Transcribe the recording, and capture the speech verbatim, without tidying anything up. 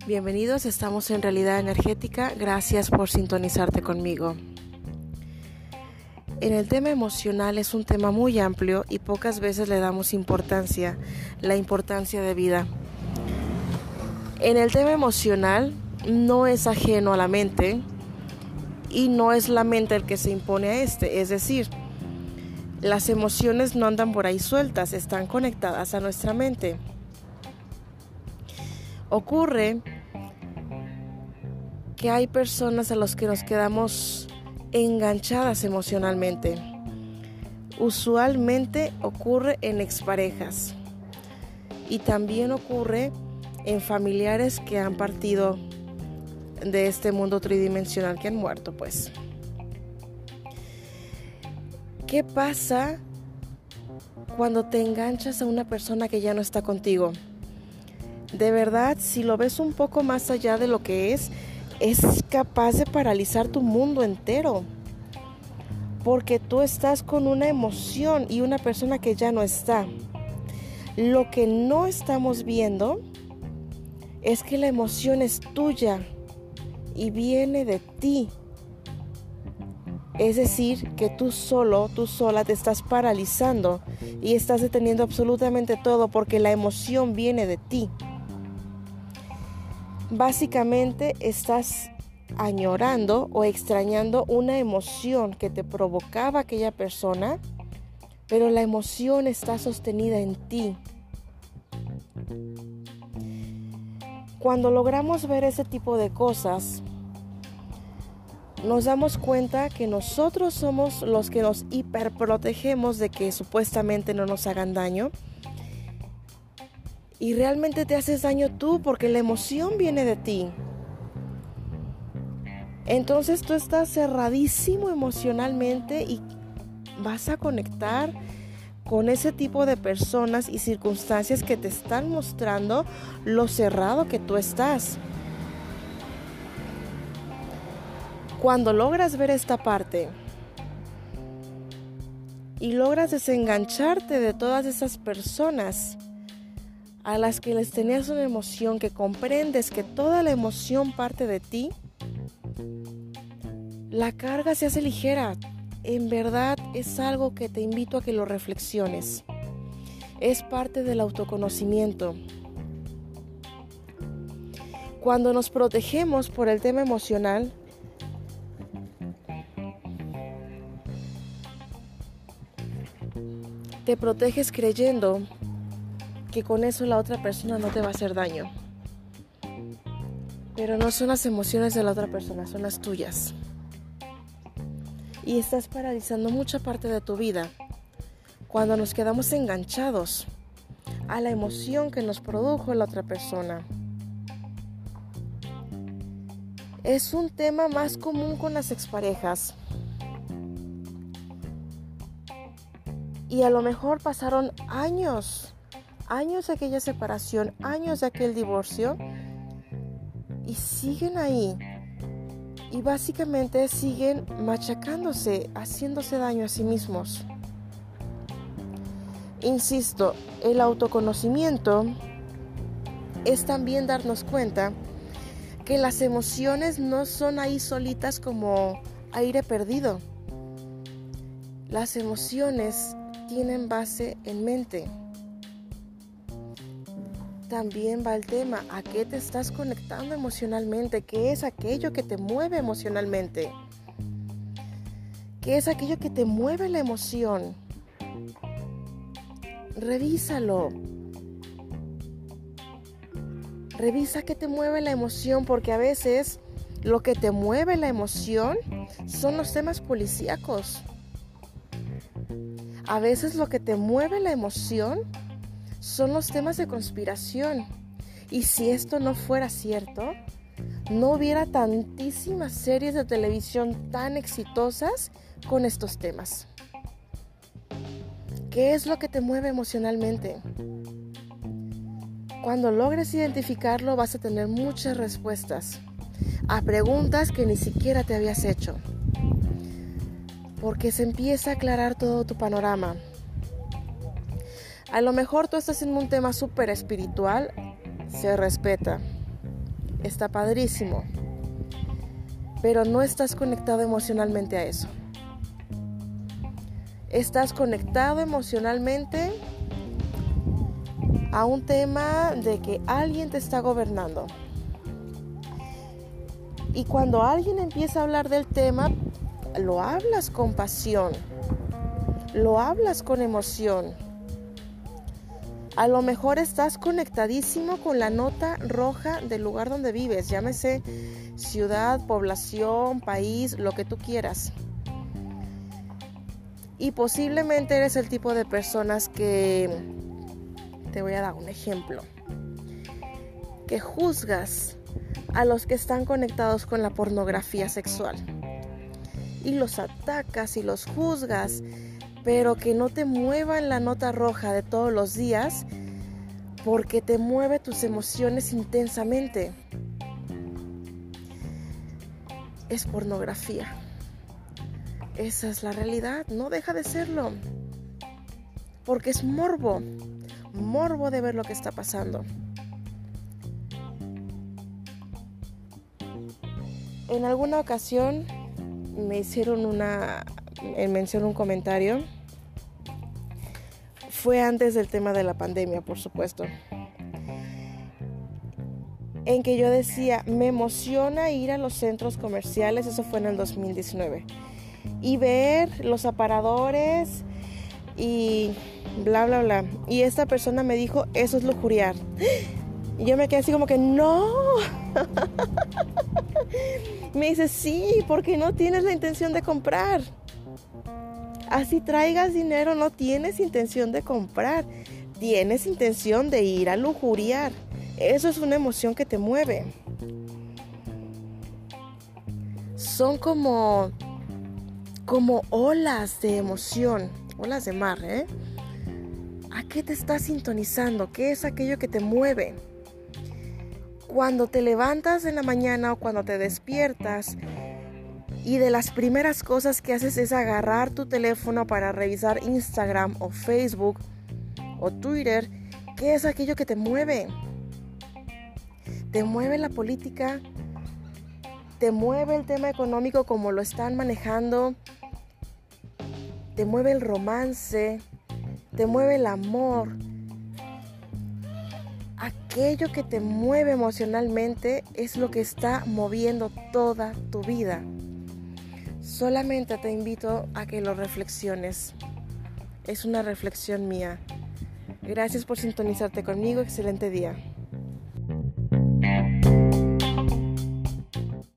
Bienvenidos, estamos en Realidad Energética. Gracias por sintonizarte conmigo. En el tema emocional es un tema muy amplio y pocas veces le damos importancia, la importancia de vida. En el tema emocional no es ajeno a la mente y no es la mente el que se impone a este, es decir, las emociones no andan por ahí sueltas, están conectadas a nuestra mente. Ocurre que hay personas a las que nos quedamos enganchadas emocionalmente. Usualmente ocurre en exparejas y también ocurre en familiares que han partido de este mundo tridimensional, que han muerto, pues. ¿Qué pasa cuando te enganchas a una persona que ya no está contigo? De verdad, si lo ves un poco más allá de lo que es, es capaz de paralizar tu mundo entero, porque tú estás con una emoción y una persona que ya no está. Lo que no estamos viendo es que la emoción es tuya y viene de ti. Es decir, que tú solo, tú sola te estás paralizando y estás deteniendo absolutamente todo porque la emoción viene de ti. Básicamente estás añorando o extrañando una emoción que te provocaba aquella persona, pero la emoción está sostenida en ti. Cuando logramos ver ese tipo de cosas, nos damos cuenta que nosotros somos los que nos hiperprotegemos de que supuestamente no nos hagan daño. Y realmente te haces daño tú porque la emoción viene de ti. Entonces tú estás cerradísimo emocionalmente y vas a conectar con ese tipo de personas y circunstancias que te están mostrando lo cerrado que tú estás. Cuando logras ver esta parte y logras desengancharte de todas esas personas a las que les tenías una emoción, que comprendes que toda la emoción parte de ti, la carga se hace ligera. En verdad es algo que te invito a que lo reflexiones. Es parte del autoconocimiento. Cuando nos protegemos por el tema emocional, te proteges creyendo que con eso la otra persona no te va a hacer daño. Pero no son las emociones de la otra persona, son las tuyas. Y estás paralizando mucha parte de tu vida cuando nos quedamos enganchados a la emoción que nos produjo la otra persona. Es un tema más común con las exparejas. Y a lo mejor pasaron años años de aquella separación, años de aquel divorcio, y siguen ahí, y básicamente siguen machacándose, haciéndose daño a sí mismos. Insisto, el autoconocimiento es también darnos cuenta que las emociones no son ahí solitas como aire perdido. Las emociones tienen base en mente. También va el tema, ¿a qué te estás conectando emocionalmente? ¿Qué es aquello que te mueve emocionalmente? ¿Qué es aquello que te mueve la emoción? Revísalo. Revisa qué te mueve la emoción, porque a veces lo que te mueve la emoción son los temas policíacos. A veces lo que te mueve la emoción son los temas de conspiración. Y si esto no fuera cierto, no hubiera tantísimas series de televisión tan exitosas con estos temas. ¿Qué es lo que te mueve emocionalmente? Cuando logres identificarlo, vas a tener muchas respuestas a preguntas que ni siquiera te habías hecho, porque se empieza a aclarar todo tu panorama. A lo mejor tú estás en un tema súper espiritual, se respeta. está padrísimo, pero no estás conectado emocionalmente a eso. Estás conectado emocionalmente a un tema de que alguien te está gobernando. Y cuando alguien empieza a hablar del tema, lo hablas con pasión, lo hablas con emoción. A lo mejor estás conectadísimo con la nota roja del lugar donde vives, llámese ciudad, población, país, lo que tú quieras. Y posiblemente eres el tipo de personas que, te voy a dar un ejemplo, que juzgas a los que están conectados con la pornografía sexual. Y los atacas y los juzgas, pero que no te muevan la nota roja de todos los días, porque te mueve tus emociones intensamente. Es pornografía. Esa es la realidad, no deja de serlo, porque es morbo, morbo de ver lo que está pasando. En alguna ocasión me hicieron una mención, un comentario, fue antes del tema de la pandemia, por supuesto, en que yo decía, me emociona ir a los centros comerciales, eso fue en el dos mil diecinueve, y ver los aparadores y bla bla bla, y esta persona me dijo, eso es lujuriar, y yo me quedé así como que no. Me dice, sí, porque no tienes la intención de comprar. Así traigas dinero, no tienes intención de comprar, tienes intención de ir a lujuriar. Eso es una emoción que te mueve. Son como como olas de emoción, olas de mar, ¿eh? ¿A qué te estás sintonizando? ¿Qué es aquello que te mueve? Cuando te levantas en la mañana o cuando te despiertas y de las primeras cosas que haces es agarrar tu teléfono para revisar Instagram o Facebook o Twitter, ¿qué es aquello que te mueve? ¿Te mueve la política? ¿Te mueve el tema económico como lo están manejando? ¿Te mueve el romance? ¿Te mueve el amor? Aquello que te mueve emocionalmente es lo que está moviendo toda tu vida. Solamente te invito a que lo reflexiones. Es una reflexión mía. Gracias por sintonizarte conmigo. Excelente día.